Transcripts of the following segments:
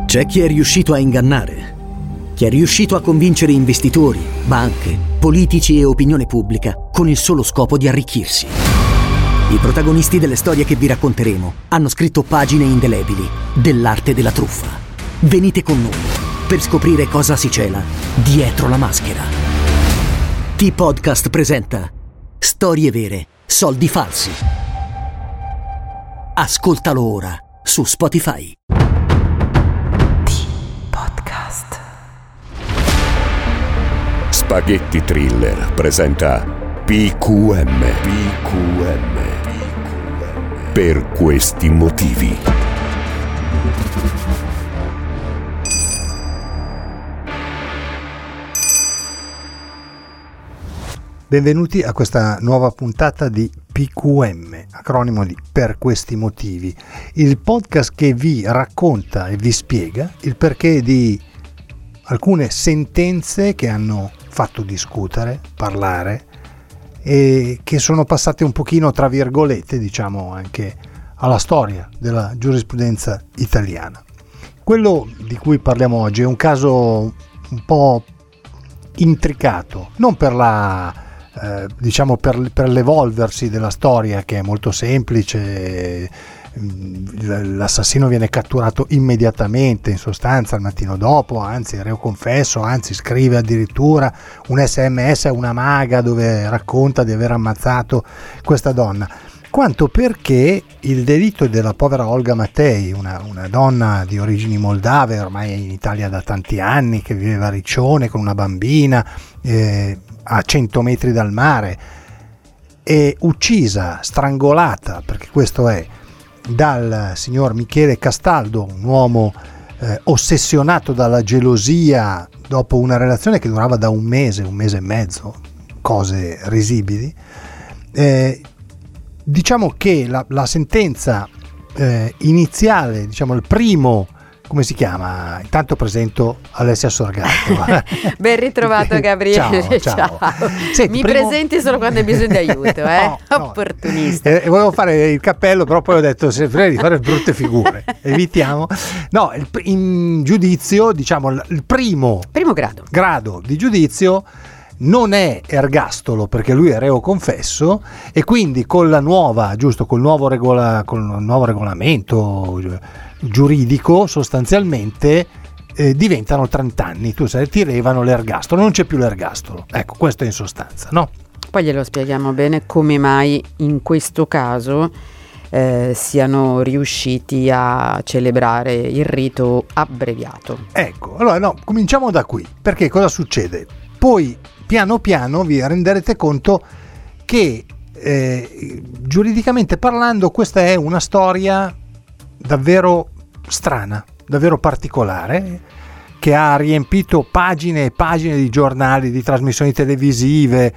C'è chi è riuscito a ingannare, chi è riuscito a convincere investitori, banche, politici e opinione pubblica con il solo scopo di arricchirsi. I protagonisti delle storie che vi racconteremo hanno scritto pagine indelebili dell'arte della truffa. Venite con noi per scoprire cosa si cela dietro la maschera. T-Podcast presenta Storie vere, soldi falsi. Ascoltalo ora su Spotify. T-Podcast. Spaghetti Thriller presenta PQM. Per questi motivi. Benvenuti a questa nuova puntata di PQM, acronimo di Per questi motivi, il podcast che vi racconta e vi spiega il perché di alcune sentenze che hanno fatto discutere, parlare e che sono passate un pochino tra virgolette, diciamo, anche alla storia della giurisprudenza italiana. Quello di cui parliamo oggi è un caso un po' intricato, non per la diciamo per l'evolversi della storia, che è molto semplice. L'assassino viene catturato immediatamente, in sostanza il mattino dopo, anzi reo confesso, anzi scrive addirittura un SMS a una maga dove racconta di aver ammazzato questa donna, quanto perché il delitto della povera Olga Matei, una donna di origini moldave, ormai in Italia da tanti anni, che viveva a Riccione con una bambina a 100 metri dal mare, e uccisa, strangolata, perché questo è, dal signor Michele Castaldo, un uomo ossessionato dalla gelosia dopo una relazione che durava da un mese e mezzo, cose risibili. Diciamo che la sentenza iniziale, diciamo il primo, come si chiama? Intanto presento Alessia Sorgatto. Ben ritrovato Gabriele. Ciao. Senti, mi presenti solo quando hai bisogno di aiuto, No. Opportunista. Volevo fare il cappello, però poi ho detto se frega di fare brutte figure, evitiamo. No, in giudizio, diciamo il primo grado di giudizio non è ergastolo, perché lui è reo confesso, e quindi col nuovo regolamento giuridico sostanzialmente diventano 30 anni, ti levano l'ergastolo, non c'è più l'ergastolo. Ecco, questo è in sostanza, no? Poi glielo spieghiamo bene come mai in questo caso siano riusciti a celebrare il rito abbreviato. Ecco, allora cominciamo da qui, perché cosa succede? Poi piano piano vi renderete conto che giuridicamente parlando questa è una storia davvero strana, davvero particolare, che ha riempito pagine e pagine di giornali, di trasmissioni televisive,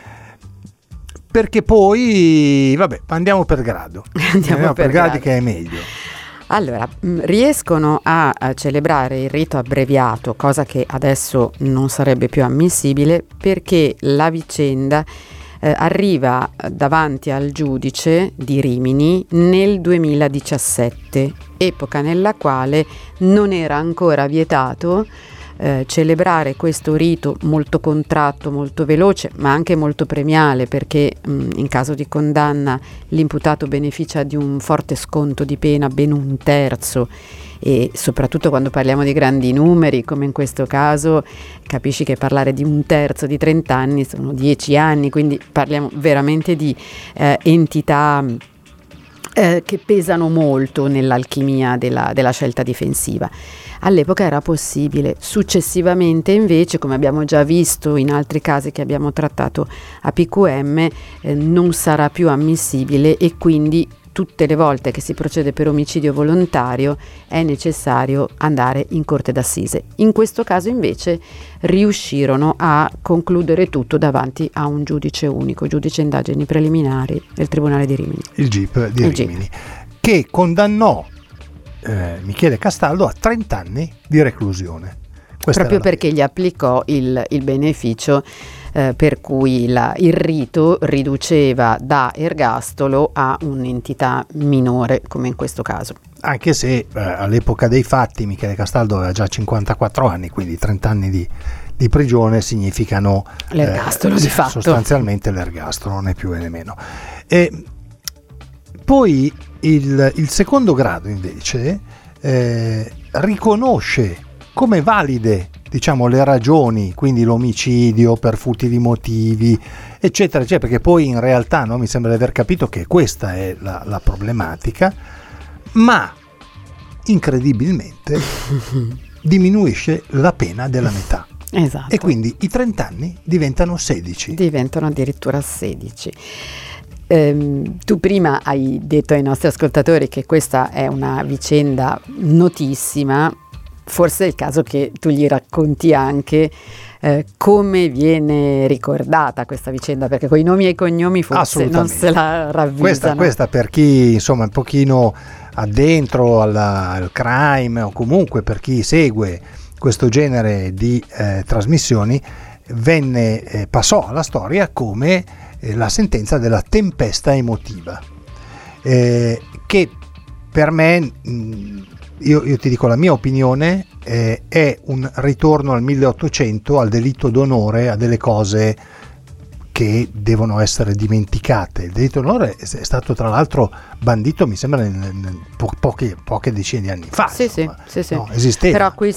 perché poi andiamo per grado, andiamo per gradi, che è meglio. Allora, riescono a celebrare il rito abbreviato, cosa che adesso non sarebbe più ammissibile, perché la vicenda arriva davanti al giudice di Rimini nel 2017, epoca nella quale non era ancora vietato celebrare questo rito molto contratto, molto veloce, ma anche molto premiale, perché in caso di condanna l'imputato beneficia di un forte sconto di pena, ben 1/3, e soprattutto quando parliamo di grandi numeri, come in questo caso, capisci che parlare di 1/3 di 30 anni sono 10 anni, quindi parliamo veramente di entità che pesano molto nell'alchimia della scelta difensiva. All'epoca era possibile, successivamente invece, come abbiamo già visto in altri casi che abbiamo trattato a PQM, non sarà più ammissibile, e quindi tutte le volte che si procede per omicidio volontario è necessario andare in corte d'assise. In questo caso invece riuscirono a concludere tutto davanti a un giudice unico, giudice indagini preliminari del Tribunale di Rimini. Il GIP di Rimini, che condannò Michele Castaldo a 30 anni di reclusione. proprio perché gli applicò il beneficio per cui il rito riduceva da ergastolo a un'entità minore, come in questo caso. Anche se all'epoca dei fatti Michele Castaldo aveva già 54 anni, quindi 30 anni di prigione significano l'ergastolo di fatto. Sostanzialmente l'ergastolo, non è più né meno. E poi il secondo grado invece riconosce come valide, diciamo, le ragioni, quindi l'omicidio per futili motivi, eccetera, eccetera, perché poi in realtà, no, mi sembra di aver capito che questa è la problematica, ma incredibilmente diminuisce la pena della metà. Esatto. E quindi i 30 anni diventano 16. Diventano addirittura 16. Tu prima hai detto ai nostri ascoltatori che questa è una vicenda notissima. Forse è il caso che tu gli racconti anche come viene ricordata questa vicenda, perché con i nomi e i cognomi forse non se la ravvisano. Questa per chi insomma un pochino addentro al crime, o comunque per chi segue questo genere di trasmissioni, passò alla storia come la sentenza della tempesta emotiva, che per me, io ti dico la mia opinione, è un ritorno al 1800, al delitto d'onore, a delle cose che devono essere dimenticate. Il delitto d'onore è stato tra l'altro bandito, mi sembra, poche decine di anni fa. Sì. No, esisteva. Però qui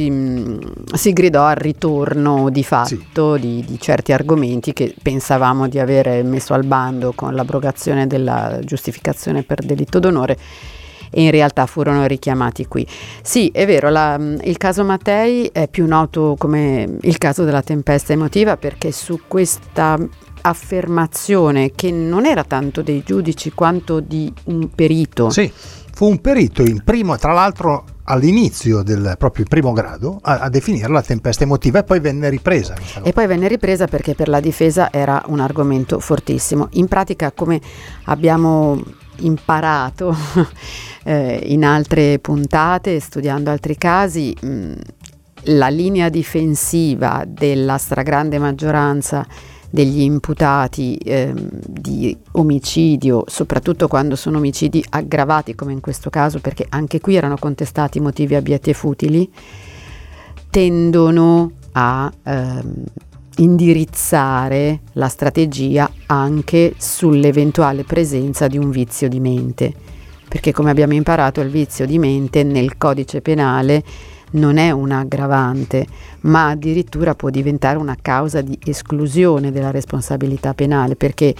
si gridò al ritorno di fatto di certi argomenti che pensavamo di aver messo al bando con l'abrogazione della giustificazione per delitto d'onore, e in realtà furono richiamati qui. Sì, è vero, il caso Mattei è più noto come il caso della tempesta emotiva, perché su questa affermazione, che non era tanto dei giudici quanto di un perito. Sì, fu un perito, tra l'altro all'inizio del proprio primo grado, a definire la tempesta emotiva, e poi venne ripresa. Perché per la difesa era un argomento fortissimo. In pratica, come abbiamo imparato in altre puntate, studiando altri casi, la linea difensiva della stragrande maggioranza degli imputati di omicidio, soprattutto quando sono omicidi aggravati come in questo caso, perché anche qui erano contestati motivi abietti e futili, tendono a indirizzare la strategia anche sull'eventuale presenza di un vizio di mente, perché come abbiamo imparato il vizio di mente nel codice penale non è un aggravante, ma addirittura può diventare una causa di esclusione della responsabilità penale, perché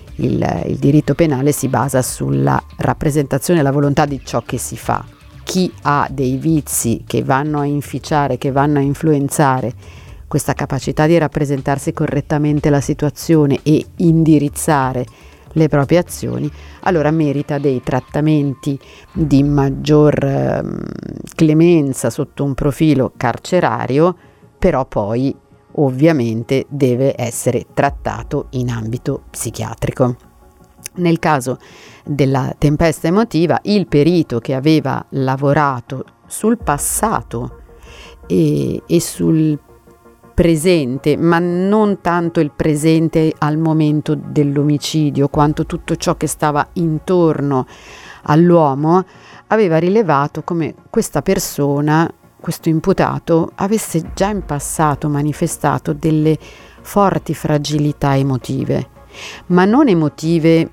il diritto penale si basa sulla rappresentazione della volontà di ciò che si fa. Chi ha dei vizi che vanno a inficiare, che vanno a influenzare questa capacità di rappresentarsi correttamente la situazione e indirizzare le proprie azioni, allora merita dei trattamenti di maggior clemenza sotto un profilo carcerario, però poi ovviamente deve essere trattato in ambito psichiatrico. Nel caso della tempesta emotiva, il perito che aveva lavorato sul passato e sul presente, ma non tanto il presente al momento dell'omicidio, quanto tutto ciò che stava intorno all'uomo, aveva rilevato come questa persona, questo imputato, avesse già in passato manifestato delle forti fragilità emotive, ma non emotive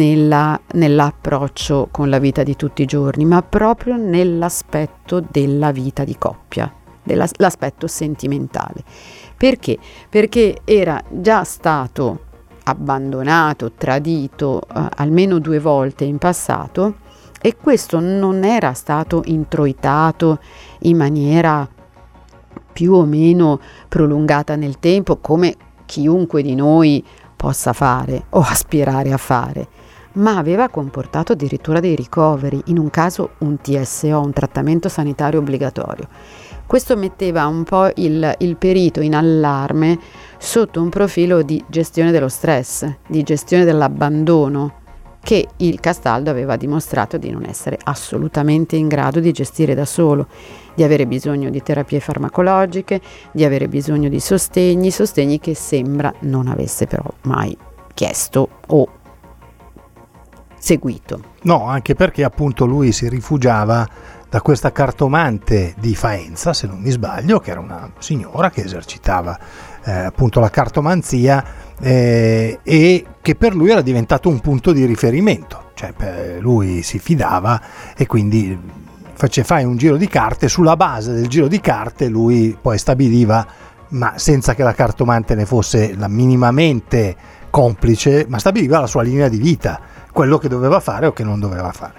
nell'approccio con la vita di tutti i giorni, ma proprio nell'aspetto della vita di coppia, l'aspetto sentimentale. Perché? Perché era già stato abbandonato, tradito almeno 2 volte in passato, e questo non era stato introitato in maniera più o meno prolungata nel tempo, come chiunque di noi possa fare o aspirare a fare, ma aveva comportato addirittura dei ricoveri, in un caso un TSO, un trattamento sanitario obbligatorio. Questo metteva un po' il perito in allarme sotto un profilo di gestione dello stress, di gestione dell'abbandono, che il Castaldo aveva dimostrato di non essere assolutamente in grado di gestire da solo, di avere bisogno di terapie farmacologiche, di avere bisogno di sostegni che sembra non avesse però mai chiesto o seguito. No, anche perché appunto lui si rifugiava da questa cartomante di Faenza, se non mi sbaglio, che era una signora che esercitava appunto la cartomanzia e che per lui era diventato un punto di riferimento, cioè lui si fidava e quindi fai un giro di carte, sulla base del giro di carte lui poi stabiliva, ma senza che la cartomante ne fosse minimamente complice, ma stabiliva la sua linea di vita, quello che doveva fare o che non doveva fare.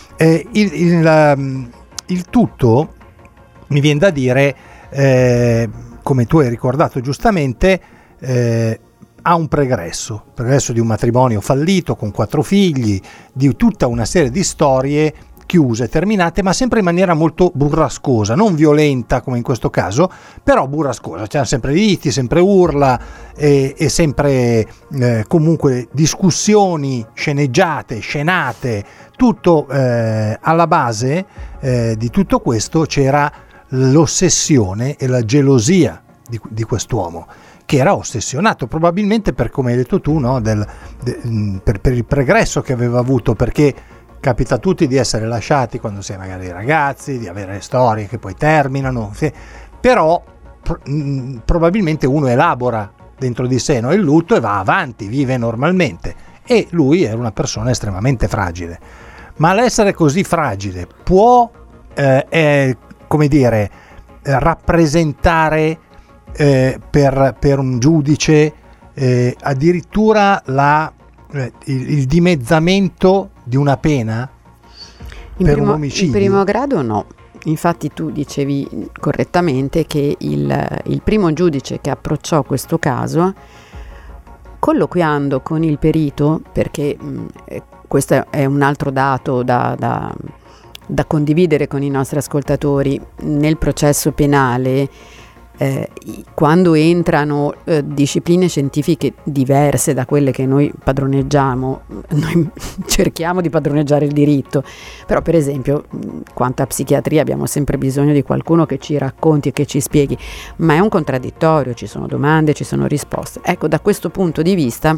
Il tutto mi viene da dire, come tu hai ricordato giustamente, ha un pregresso di un matrimonio fallito con 4 figli, di tutta una serie di storie chiuse, terminate, ma sempre in maniera molto burrascosa, non violenta come in questo caso, però burrascosa. C'erano sempre liti, sempre urla e sempre comunque discussioni sceneggiate, scenate, tutto alla base di tutto questo c'era l'ossessione e la gelosia di quest'uomo, che era ossessionato probabilmente per, come hai detto tu, no? Per il pregresso che aveva avuto, perché capita a tutti di essere lasciati quando si è magari ragazzi, di avere storie che poi terminano, però probabilmente uno elabora dentro di sé, no, il lutto e va avanti, vive normalmente, e lui era una persona estremamente fragile. Ma l'essere così fragile può come dire rappresentare per un giudice addirittura il dimezzamento di una pena per un omicidio? In primo grado no. Infatti tu dicevi correttamente che il primo giudice che approcciò questo caso, colloquiando con il perito, perché questo è un altro dato da condividere con i nostri ascoltatori, nel processo penale quando entrano discipline scientifiche diverse da quelle che noi padroneggiamo, noi cerchiamo di padroneggiare il diritto, però per esempio quanto a psichiatria abbiamo sempre bisogno di qualcuno che ci racconti e che ci spieghi, ma è un contraddittorio, ci sono domande, ci sono risposte. Ecco, da questo punto di vista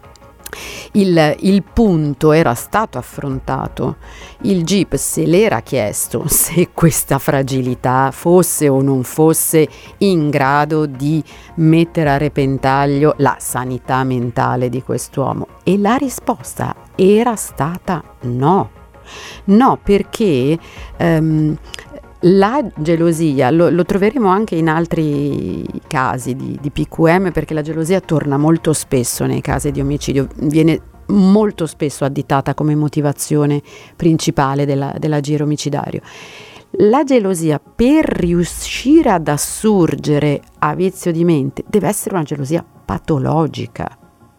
il punto era stato affrontato, il GIP se l'era chiesto se questa fragilità fosse o non fosse in grado di mettere a repentaglio la sanità mentale di quest'uomo, e la risposta era stata no, perché la gelosia lo troveremo anche in altri casi di PQM, perché la gelosia torna molto spesso nei casi di omicidio, viene molto spesso additata come motivazione principale dell'agire omicidario. La gelosia, per riuscire ad assurgere a vizio di mente, deve essere una gelosia patologica.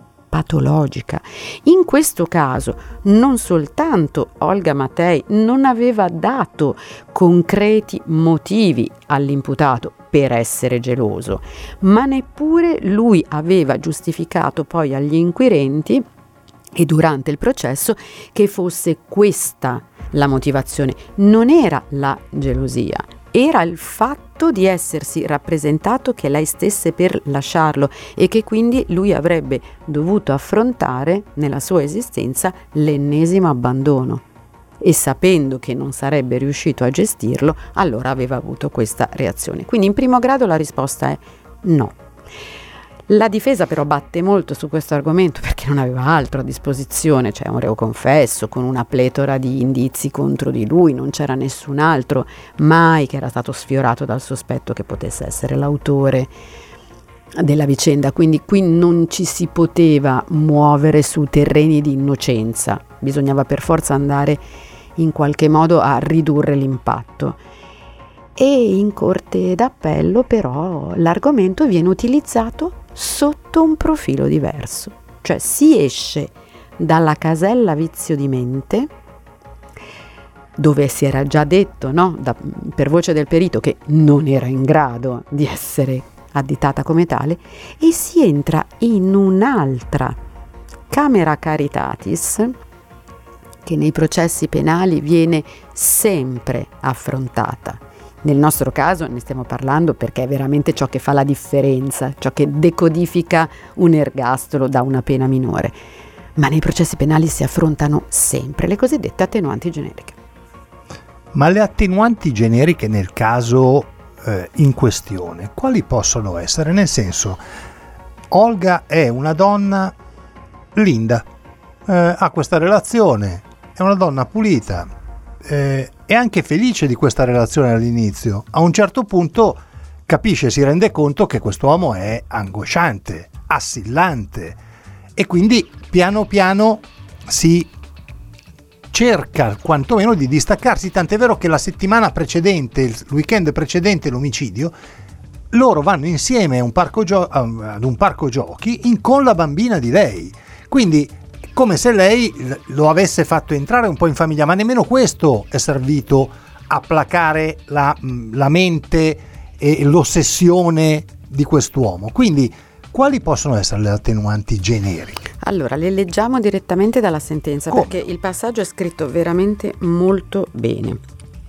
In questo caso non soltanto Olga Matei non aveva dato concreti motivi all'imputato per essere geloso, ma neppure lui aveva giustificato poi agli inquirenti e durante il processo che fosse questa la motivazione. Non era la gelosia, era il fatto di essersi rappresentato che lei stesse per lasciarlo e che quindi lui avrebbe dovuto affrontare nella sua esistenza l'ennesimo abbandono, e sapendo che non sarebbe riuscito a gestirlo, allora aveva avuto questa reazione. Quindi in primo grado la risposta è no. La difesa però batte molto su questo argomento perché non aveva altro a disposizione, cioè un reo confesso con una pletora di indizi contro di lui, non c'era nessun altro mai che era stato sfiorato dal sospetto che potesse essere l'autore della vicenda, quindi qui non ci si poteva muovere su terreni di innocenza, bisognava per forza andare in qualche modo a ridurre l'impatto. E in corte d'appello però l'argomento viene utilizzato sotto un profilo diverso, cioè si esce dalla casella vizio di mente, dove si era già detto, no, per voce del perito, che non era in grado di essere additata come tale, e si entra in un'altra camera caritatis che nei processi penali viene sempre affrontata Nel nostro caso ne stiamo parlando perché è veramente ciò che fa la differenza, ciò che decodifica un ergastolo da una pena minore. Ma nei processi penali si affrontano sempre le cosiddette attenuanti generiche. Ma le attenuanti generiche nel caso in questione, quali possono essere? Nel senso, Olga è una donna linda, ha questa relazione, è una donna pulita, è anche felice di questa relazione all'inizio. A un certo punto capisce, si rende conto che quest'uomo è angosciante, assillante, e quindi piano piano si cerca quantomeno di distaccarsi, tant'è vero che la settimana precedente, il weekend precedente l'omicidio, loro vanno insieme a ad un parco giochi con la bambina di lei, quindi come se lei lo avesse fatto entrare un po' in famiglia, ma nemmeno questo è servito a placare la mente e l'ossessione di quest'uomo. Quindi quali possono essere le attenuanti generiche? Allora, le leggiamo direttamente dalla sentenza. Come? Perché il passaggio è scritto veramente molto bene.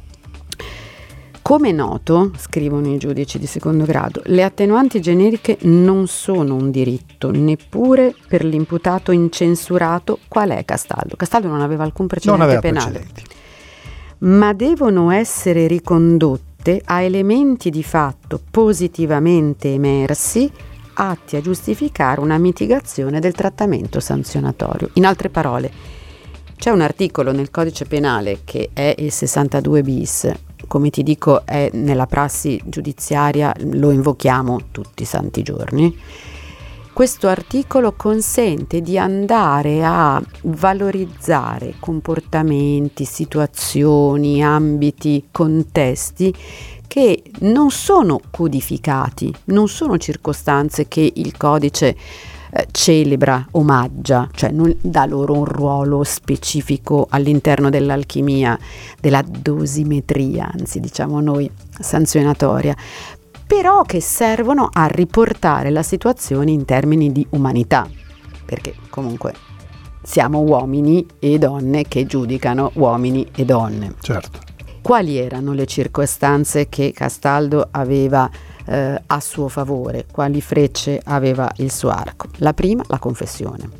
Come è noto, scrivono i giudici di secondo grado, le attenuanti generiche non sono un diritto neppure per l'imputato incensurato qual è Castaldo. Castaldo non aveva alcun precedente penale, ma devono essere ricondotte a elementi di fatto positivamente emersi atti a giustificare una mitigazione del trattamento sanzionatorio. In altre parole, c'è un articolo nel codice penale che è il 62 bis, come ti dico è nella prassi giudiziaria, lo invochiamo tutti i santi giorni. Questo articolo consente di andare a valorizzare comportamenti, situazioni, ambiti, contesti che non sono codificati, non sono circostanze che il codice celebra, omaggia, cioè non dà loro un ruolo specifico all'interno dell'alchimia, della dosimetria, anzi diciamo noi sanzionatoria, però che servono a riportare la situazione in termini di umanità, perché comunque siamo uomini e donne che giudicano uomini e donne. Certo. Quali erano le circostanze che Castaldo aveva a suo favore? Quali frecce aveva il suo arco? La prima, la confessione.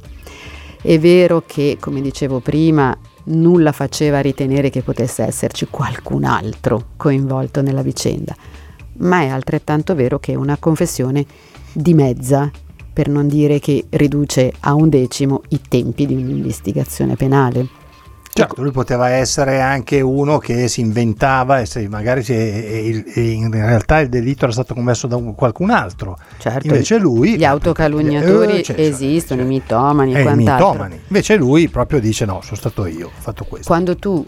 È vero che, come dicevo prima, nulla faceva ritenere che potesse esserci qualcun altro coinvolto nella vicenda, ma è altrettanto vero che una confessione dimezza, per non dire che riduce a 1/10 i tempi di un'investigazione penale. Certo, lui poteva essere anche uno che si inventava e magari in realtà il delitto era stato commesso da qualcun altro. Certo, invece lui, gli autocalunniatori esistono, i mitomani e quant'altro. Invece lui proprio dice no, sono stato io, ho fatto questo. Quando tu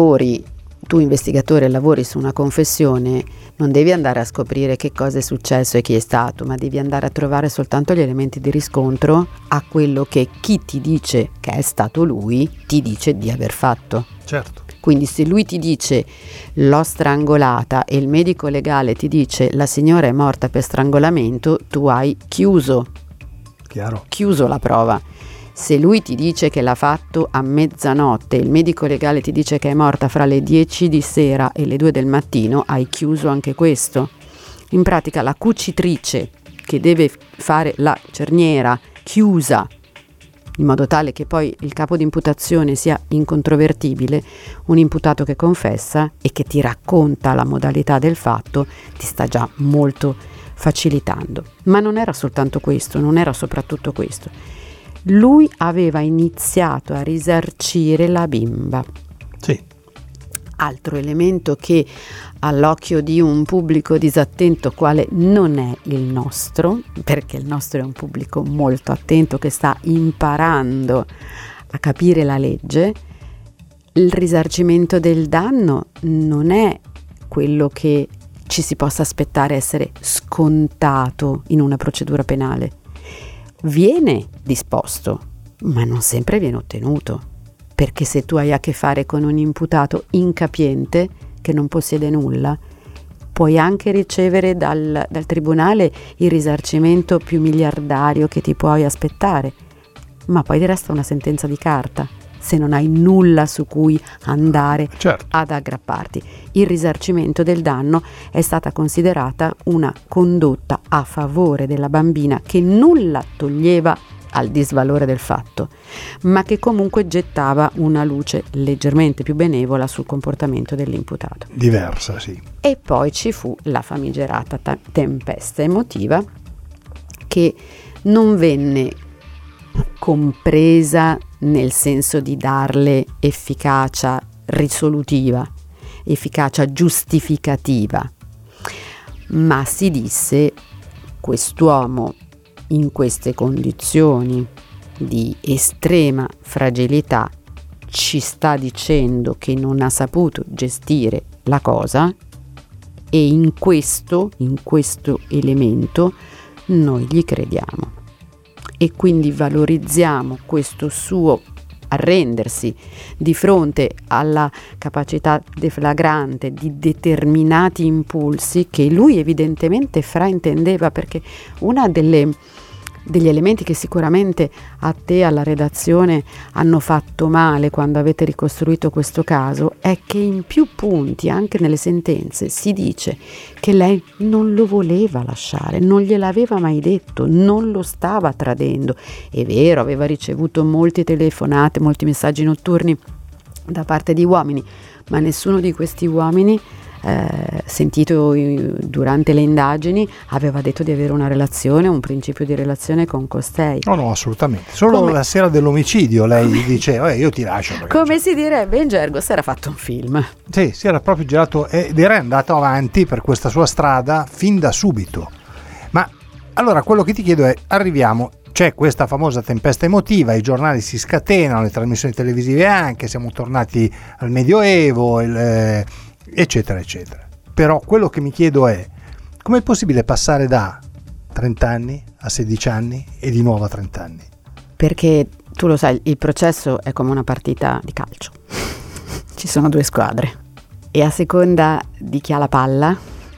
investigatore lavori su una confessione, non devi andare a scoprire che cosa è successo e chi è stato, ma devi andare a trovare soltanto gli elementi di riscontro a quello che chi ti dice che è stato lui ti dice di aver fatto. Certo. Quindi se lui ti dice l'ho strangolata e il medico legale ti dice la signora è morta per strangolamento, tu hai chiuso la prova. Se lui ti dice che l'ha fatto a mezzanotte e il medico legale ti dice che è morta fra le 10 di sera e le 2 del mattino, hai chiuso anche questo. In pratica la cucitrice che deve fare la cerniera chiusa in modo tale che poi il capo di imputazione sia incontrovertibile, un imputato che confessa e che ti racconta la modalità del fatto ti sta già molto facilitando. Ma non era soltanto questo, non era soprattutto questo. Lui aveva iniziato a risarcire la bimba. Sì. Altro elemento che all'occhio di un pubblico disatento quale non è il nostro, perché il nostro è un pubblico molto attento che sta imparando a capire la legge, il risarcimento del danno non è quello che ci si possa aspettare essere scontato in una procedura penale. Viene disposto, ma non sempre viene ottenuto, perché se tu hai a che fare con un imputato incapiente che non possiede nulla, puoi anche ricevere dal tribunale il risarcimento più miliardario che ti puoi aspettare, ma poi ti resta una sentenza di carta se non hai nulla su cui andare Certo. ad aggrapparti. Il risarcimento del danno è stata considerata una condotta a favore della bambina che nulla toglieva al disvalore del fatto, ma che comunque gettava una luce leggermente più benevola sul comportamento dell'imputato. Diversa, sì. E poi ci fu la famigerata tempesta emotiva, che non venne compresa nel senso di darle efficacia risolutiva, efficacia giustificativa, ma si disse: quest'uomo in queste condizioni di estrema fragilità ci sta dicendo che non ha saputo gestire la cosa, e in questo elemento noi gli crediamo, e quindi valorizziamo questo suo arrendersi di fronte alla capacità deflagrante di determinati impulsi che lui evidentemente fraintendeva, perché una degli elementi che sicuramente a te, alla redazione, hanno fatto male quando avete ricostruito questo caso è che in più punti, anche nelle sentenze, si dice che lei non lo voleva lasciare, non gliel'aveva mai detto, non lo stava tradendo. È vero, aveva ricevuto molte telefonate, molti messaggi notturni da parte di uomini, ma nessuno di questi uomini, sentito durante le indagini, aveva detto di avere una relazione, un principio di relazione con costei. No, assolutamente. Solo la sera dell'omicidio lei gli diceva: io ti lascio. Come si direbbe in gergo, si era fatto un film. Sì, si era proprio girato ed era andato avanti per questa sua strada fin da subito. Ma allora quello che ti chiedo è: c'è questa famosa tempesta emotiva, i giornali si scatenano, le trasmissioni televisive anche, siamo tornati al Medioevo, eccetera eccetera. Però quello che mi chiedo è: com'è possibile passare da 30 anni a 16 anni e di nuovo a 30 anni? Perché tu lo sai, il processo è come una partita di calcio. Ci sono due squadre e a seconda di chi ha la palla,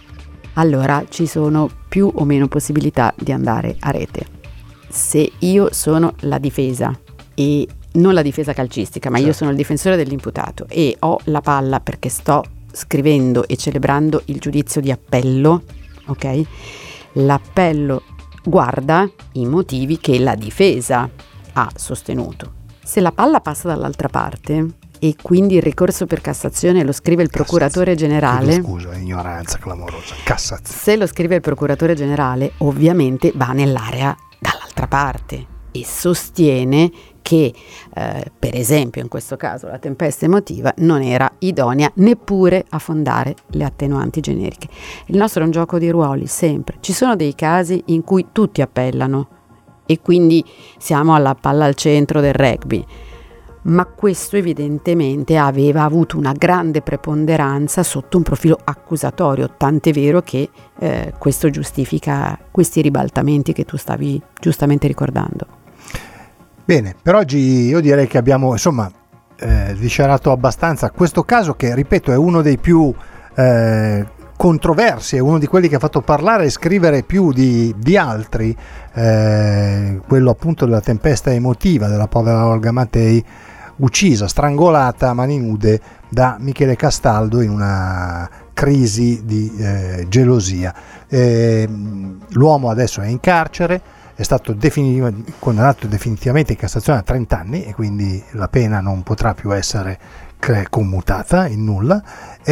allora ci sono più o meno possibilità di andare a rete. Se io sono la difesa, e non la difesa calcistica, ma certo, io sono il difensore dell'imputato e ho la palla perché sto scrivendo e celebrando il giudizio di appello, ok? L'appello guarda i motivi che la difesa ha sostenuto. Se la palla passa dall'altra parte e quindi il ricorso per Cassazione lo scrive il procuratore generale, scusa, ignoranza clamorosa, Cassazione. Se lo scrive il procuratore generale, ovviamente va nell'area dall'altra parte e sostiene che per esempio in questo caso la tempesta emotiva non era idonea neppure a fondare le attenuanti generiche. Il nostro è un gioco di ruoli, sempre. Ci sono dei casi in cui tutti appellano e quindi siamo alla palla al centro del rugby, ma questo evidentemente aveva avuto una grande preponderanza sotto un profilo accusatorio, tant'è vero che questo giustifica questi ribaltamenti che tu stavi giustamente ricordando. Bene, per oggi io direi che abbiamo sviscerato abbastanza questo caso, che ripeto è uno dei più controversi, è uno di quelli che ha fatto parlare e scrivere più di altri, quello appunto della tempesta emotiva della povera Olga Matei, uccisa, strangolata a mani nude da Michele Castaldo in una crisi di gelosia. L'uomo adesso è in carcere, è stato condannato definitivamente in Cassazione a 30 anni e quindi la pena non potrà più essere commutata in nulla.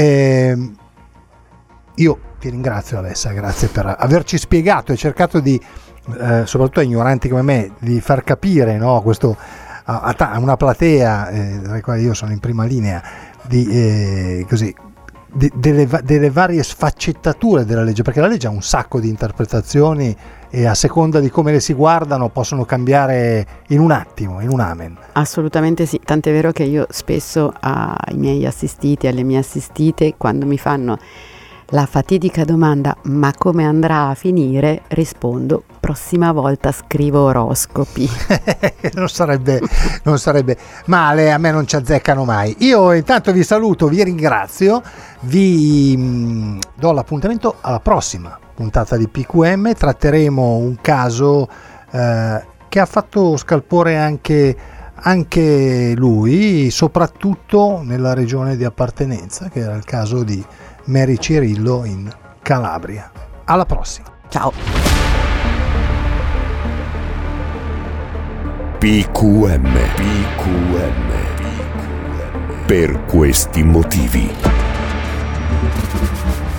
Io ti ringrazio, Alessa, grazie per averci spiegato e cercato di, soprattutto a ignoranti come me, di far capire, no, questo a una platea della quale io sono in prima linea, delle varie sfaccettature della legge, perché la legge ha un sacco di interpretazioni e a seconda di come le si guardano possono cambiare in un attimo, in un amen. Assolutamente sì, tant'è vero che io spesso ai miei assistiti, alle mie assistite, quando mi fanno la fatidica domanda ma come andrà a finire, rispondo: prossima volta scrivo oroscopi. non sarebbe male, a me non ci azzeccano mai. Io intanto vi saluto, vi ringrazio, vi do l'appuntamento alla prossima puntata di PQM. Tratteremo un caso che ha fatto scalpore anche anche lui, soprattutto nella regione di appartenenza, che era il caso di Mary Cirillo in Calabria. Alla prossima. Ciao. PQM. Per questi motivi.